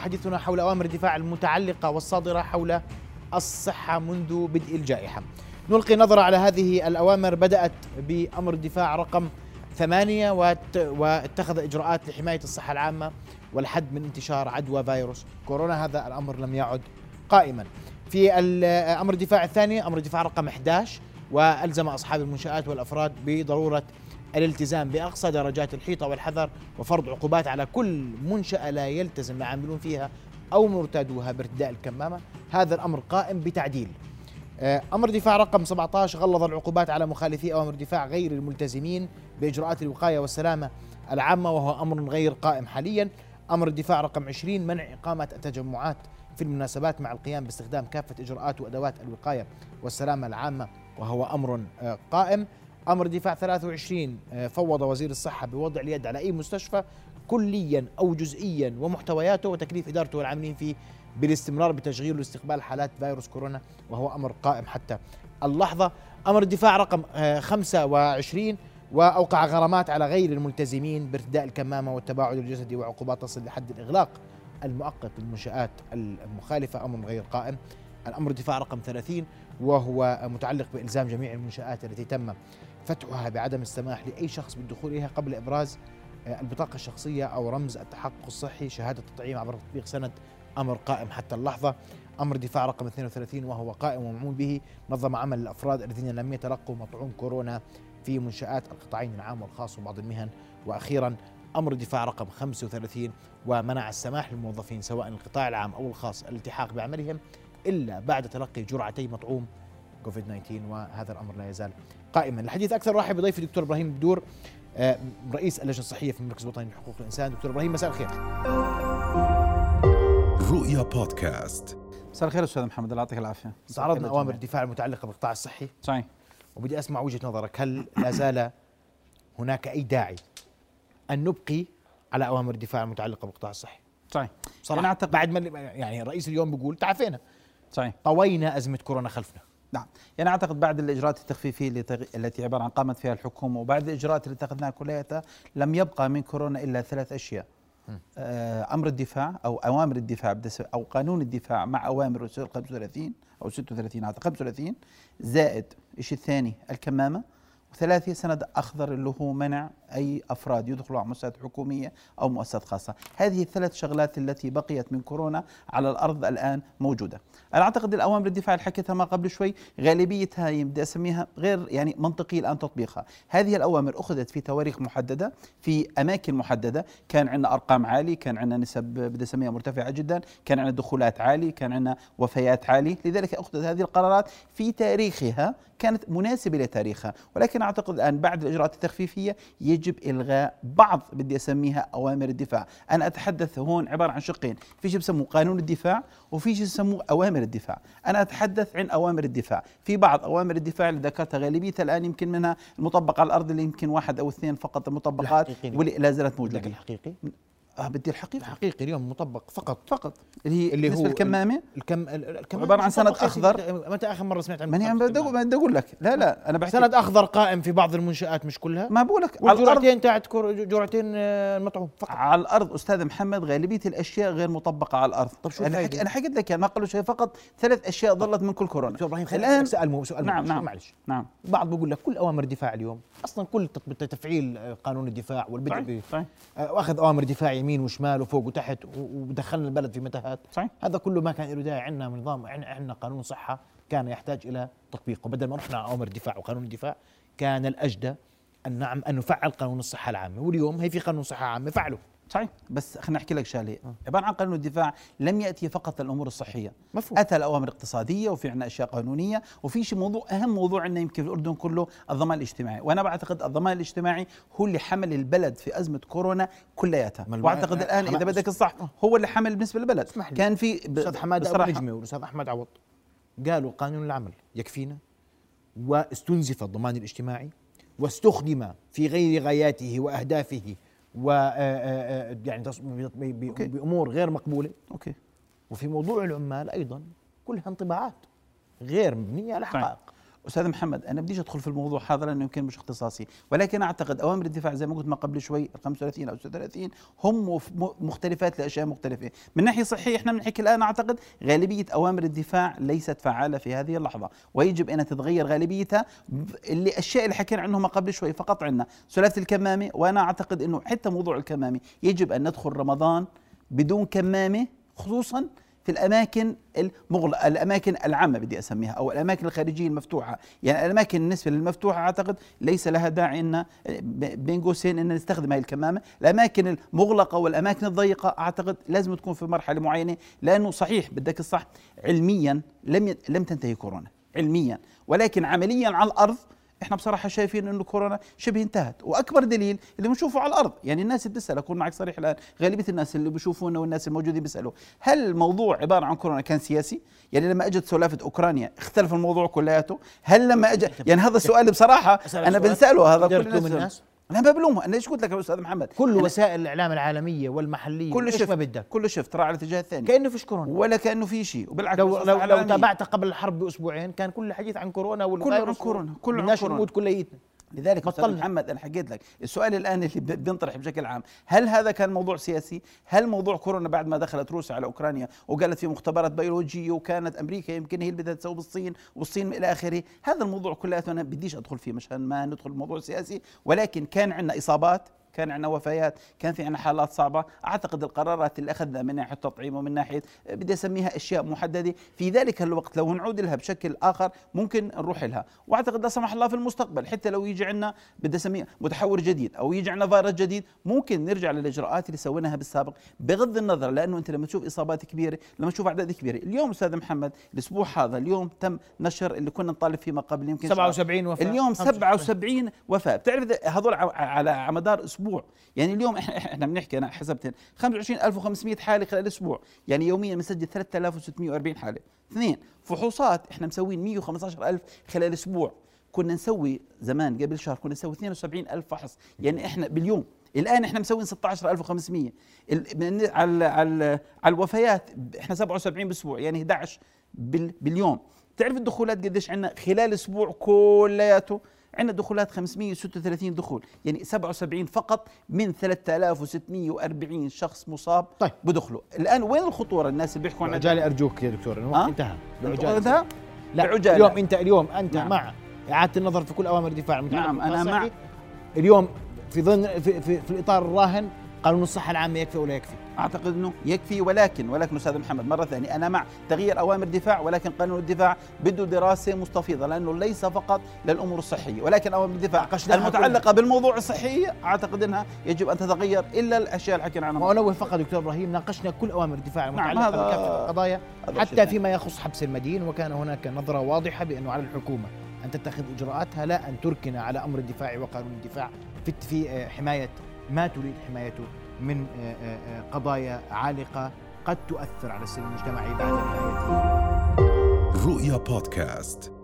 حديثنا حول أوامر الدفاع المتعلقة والصادرة حول الصحة منذ بدء الجائحة. نلقي نظرة على هذه الأوامر. بدأت بأمر الدفاع رقم 8 واتخذ إجراءات لحماية الصحة العامة والحد من انتشار عدوى فيروس كورونا. هذا الأمر لم يعد قائما. في أمر الدفاع الثاني أمر الدفاع رقم 11 وألزم أصحاب المنشآت والأفراد بضرورة الالتزام بأقصى درجات الحيطة والحذر وفرض عقوبات على كل منشأة لا يلتزم العاملون فيها أو مرتادوها بارتداء الكمامة. هذا الأمر قائم بتعديل. أمر دفاع رقم 17 غلظ العقوبات على مخالفي أوامر دفاع غير الملتزمين بإجراءات الوقاية والسلامة العامة، وهو أمر غير قائم حاليا. أمر الدفاع رقم 20 منع إقامة التجمعات في المناسبات مع القيام باستخدام كافة إجراءات وأدوات الوقاية والسلامة العامة، وهو أمر قائم. أمر دفاع 23 فوض وزير الصحة بوضع اليد على أي مستشفى كليا أو جزئيا ومحتوياته وتكليف إدارته والعاملين فيه بالاستمرار بتشغيل واستقبال حالات فيروس كورونا، وهو أمر قائم حتى اللحظة. أمر الدفاع رقم 25 وأوقع غرامات على غير الملتزمين بارتداء الكمامة والتباعد الجسدي وعقوبات تصل لحد الإغلاق المؤقت للمنشآت المخالفة، أمر غير قائم. الأمر الدفاع رقم 30 وهو متعلق بإلزام جميع المنشآت التي تم فتحها بعدم السماح لأي شخص بالدخول إليها قبل إبراز البطاقة الشخصية أو رمز التحقق الصحي شهادة التطعيم عبر تطبيق سند، أمر قائم حتى اللحظة. أمر دفاع رقم 32 وهو قائم ومعمول به نظم عمل الأفراد الذين لم يتلقوا مطعوم كورونا في منشآت القطاعين العام والخاص وبعض المهن. وأخيرا أمر دفاع رقم 35 ومنع السماح للموظفين سواء القطاع العام أو الخاص الالتحاق بعملهم إلا بعد تلقي جرعتي مطعوم كوفيد 19، وهذا الأمر لا يزال قائما. الحديث أكثر رحب بضيفي دكتور إبراهيم بدور رئيس اللجنة الصحية في المركز الوطني لحقوق الإنسان. دكتور إبراهيم مساء الخير. رؤيا بودكاست. مساء الخير أستاذ محمد، الله يعطيك العافية. استعرضنا أوامر الدفاع المتعلقة بالقطاع الصحي. صحيح. وبدي أسمع وجهة نظرك، هل لا زال هناك أي داعي أن نبقي على أوامر الدفاع المتعلقة بالقطاع الصحي؟ صحيح. صراحة أعتقد بعد ما يعني الرئيس اليوم بيقول تعافينا. صحيح. طوينا أزمة كورونا خلفنا. نعم، يعني أعتقد بعد الإجراءات التخفيفية التي عبارة عن قامت فيها الحكومة وبعد الإجراءات اللي اتخذناها كلها لم يبقى من كورونا إلا 3 أشياء. أمر الدفاع أو أوامر الدفاع أو قانون الدفاع مع أوامر 35 أو 36 أعتقد 35 زائد الشيء الثاني الكمامة، وثلاثة سند أخضر اللي هو منع أي أفراد يدخلوا على مؤسسات حكومية أو مؤسسات خاصة. هذه الثلاث شغلات التي بقيت من كورونا على الأرض الآن موجودة. أنا أعتقد الأوامر الدفاع اللي حكيتها ما قبل شوي غالبيتها بدي أسميها غير يعني منطقي الآن تطبيقها. هذه الأوامر أخذت في تواريخ محددة في أماكن محددة، كان عندنا أرقام عالية، كان عندنا نسب بدي أسميها مرتفعة جدا، كان عندنا دخولات عالية، كان عندنا وفيات عالية، لذلك أخذت هذه القرارات في تاريخها كانت مناسبة لتاريخها. ولكن أعتقد الآن بعد الإجراءات التخفيفية يجب إلغاء بعض بدي أسميها أوامر الدفاع. أنا أتحدث هون عبارة عن شقين، في شيء بسموه قانون الدفاع وفي شيء بسموه أوامر الدفاع. أنا أتحدث عن أوامر الدفاع. في بعض أوامر الدفاع اللي ذكرتها غالبيتها الآن يمكن منها المطبق على الأرض اللي يمكن 1 أو 2 فقط المطبقات واللي لا زالت موجودة. الحقيقي بدي الحقيقة اليوم مطبق فقط اللي هو الكمامة. الكمامة عبارة عن سند أخضر. متى آخر مرة سمعت عنه؟ ماني عم بدي أقول لك لا أنا بحكي سند أخضر قائم في بعض المنشآت مش كلها. ما بقول لك والجرعتين تاعت جرعتين المطعوم فقط على الأرض. أستاذ محمد غالبية الأشياء غير مطبقة على الأرض. طب شو أنا حكيت لك ما قالوا شيء، فقط 3 أشياء ظلت من كل كورونا. دكتور إبراهيم خلينا سؤال نعم. معلش. نعم. بعض بيقول لك كل أوامر الدفاع اليوم أصلا كل تفعيل قانون الدفاع والبدء وأخذ أوامر دفاع يمين وشمال وفوق وتحت ودخلنا البلد في متاهات. هذا كله ما كان له داعي. عندنا نظام، عندنا قانون صحة كان يحتاج إلى تطبيقه. بدل ما رحنا على أوامر الدفاع وقانون الدفاع كان الأجدى أن نفعل قانون الصحة العامة، واليوم هي في قانون صحة عامة فعله. صحيح، بس خلينا نحكي لك شغله. عبارة عن قانون الدفاع لم يأتي فقط الأمور الصحية، مفهوم. أتى الأوامر الاقتصادية وفي عندنا أشياء قانونية وفي شيء موضوع أهم موضوع عندنا يمكن في الأردن كله، الضمان الاجتماعي. وأنا بعتقد الضمان الاجتماعي هو اللي حمل البلد في أزمة كورونا كلياتها، واعتقد الآن إذا بدك الصح هو اللي حمل بالنسبة للبلد. كان في الأستاذ حماد أبو نجمة والأستاذ أحمد عوض قالوا قانون العمل يكفينا، واستنزف الضمان الاجتماعي واستخدم في غير غاياته وأهدافه يعني بأمور غير مقبولة. أوكي. وفي موضوع العمال أيضا كلها انطباعات غير مبنية على حقائق. أستاذ محمد، أنا بديش أدخل في الموضوع هذا لأنه يمكن مش اختصاصي، ولكن أعتقد أوامر الدفاع زي ما قلت ما قبل شوي 35 أو 36 هم مختلفات لأشياء مختلفة. من ناحية صحية إحنا بنحكي الآن أعتقد غالبية أوامر الدفاع ليست فعالة في هذه اللحظة، ويجب أن تتغير غالبيتها. اللي الشيء اللي حكينا عنه ما قبل شوي فقط عندنا سلالة الكمامة، وأنا أعتقد إنه حتى موضوع الكمامة يجب أن ندخل رمضان بدون كمامة، خصوصا في الأماكن المغلقة، الأماكن العامة بدي أسميها، أو الأماكن الخارجية المفتوحة. يعني الأماكن بالنسبة للمفتوحة أعتقد ليس لها داعي أن بين قوسين أن نستخدم هذه الكمامة. الأماكن المغلقة والأماكن الضيقة أعتقد لازم تكون في مرحلة معينة، لأنه صحيح بدك الصح علميا لم تنتهي كورونا علميا، ولكن عمليا على الأرض احنا بصراحه شايفين انه كورونا شبه انتهت. واكبر دليل اللي بنشوفه على الارض، يعني الناس بتسال، اكون معك صريح الان، غالبيه الناس اللي بيشوفونا والناس الموجودين بيسالوا هل الموضوع عباره عن كورونا كان سياسي؟ يعني لما اجت سلافه اوكرانيا اختلف الموضوع كلياته؟ هل لما اجى، يعني هذا السؤال بصراحه انا بنساله، هذا كل الناس. انا ما بلومه، انا ليش قلت لك يا استاذ محمد كل وسائل الاعلام العالميه والمحليه كل ايش ما بدك، كل شفت راح على الاتجاه الثاني كانه فيش كورونا ولا كانه في شيء. وبالعكس لو تابعت قبل الحرب باسبوعين كان كل الحديث عن كورونا والفيروس، كل الناس نموت كليتنا. لذلك أستاذ محمد أنا حكيت لك السؤال الآن اللي بينطرح بشكل عام، هل هذا كان موضوع سياسي؟ هل موضوع كورونا بعد ما دخلت روسيا على أوكرانيا وقالت في مختبرات بيولوجية وكانت أمريكا يمكن هي اللي بدها تسوي بالصين والصين إلى آخره، هذا الموضوع كله أنا بديش أدخل فيه مشان ما ندخل الموضوع السياسي، ولكن كان عندنا إصابات، كان عندنا وفيات، كان في عندنا حالات صعبة. أعتقد القرارات اللي أخذنا من ناحية التطعيم ومن ناحية بدي أسميها أشياء محددة في ذلك الوقت لو نعود لها بشكل آخر ممكن نروح لها. وأعتقد لا سمح الله في المستقبل حتى لو يجي عندنا بدي أسميه متحور جديد أو يجي عندنا فيروس جديد ممكن نرجع للإجراءات اللي سويناها بالسابق، بغض النظر، لأنه أنت لما تشوف إصابات كبيرة، لما تشوف أعداد كبيرة. اليوم أستاذ محمد الأسبوع هذا اليوم تم نشر اللي كنا نطالب فيه ما قبل يمكن 77 وفاة، اليوم 77 وفاة. بتعرف هذول على مدار أسبوع. يعني اليوم احنا بنحكي، انا حسبت 25500 حاله خلال اسبوع، يعني يوميا بنسجل 3640 حاله. اثنين فحوصات احنا مسوين 115000 خلال اسبوع. كنا نسوي زمان قبل شهر كنا نسوي 72000 فحص، يعني احنا باليوم. الان احنا مسوين 16500. على الوفيات احنا 77 باسبوع، يعني 11 باليوم. تعرف الدخولات قديش عندنا خلال اسبوع كلياته؟ عندنا دخولات 536 دخول، يعني 77 فقط من 3640 شخص مصاب. طيب بدخلوا. الآن وين الخطورة؟ الناس اللي بيحكوا عن عجالة أرجوك يا دكتور، الوقت انتهى. بعجالة. لا اليوم أنت نعم. مع إعادة النظر في كل أوامر الدفاع. نعم أنا مع. اليوم في ضمن في الإطار الراهن قانون الصحة العامة يكفي ولا يكفي؟ أعتقد أنه يكفي، ولكن أستاذ محمد مرة ثانية أنا مع تغيير أوامر الدفاع، ولكن قانون الدفاع بده دراسة مستفيضة، لأنه ليس فقط للأمور الصحية، ولكن أوامر الدفاع المتعلقة بالموضوع الصحي أعتقد أنها يجب أن تتغير إلا الأشياء اللي حكينا عنها. وأنوه فقط دكتور إبراهيم، ناقشنا كل أوامر الدفاع المتعلقة بكافة القضايا حتى فيما يخص حبس المدين، وكان هناك نظرة واضحة بأنه على الحكومة أن تتخذ إجراءاتها، لا أن تركن على أمر الدفاع وقانون الدفاع في حماية ما تريد حمايته من قضايا عالقة قد تؤثر على السلم المجتمعي بعد نهايته. رؤيا بودكاست.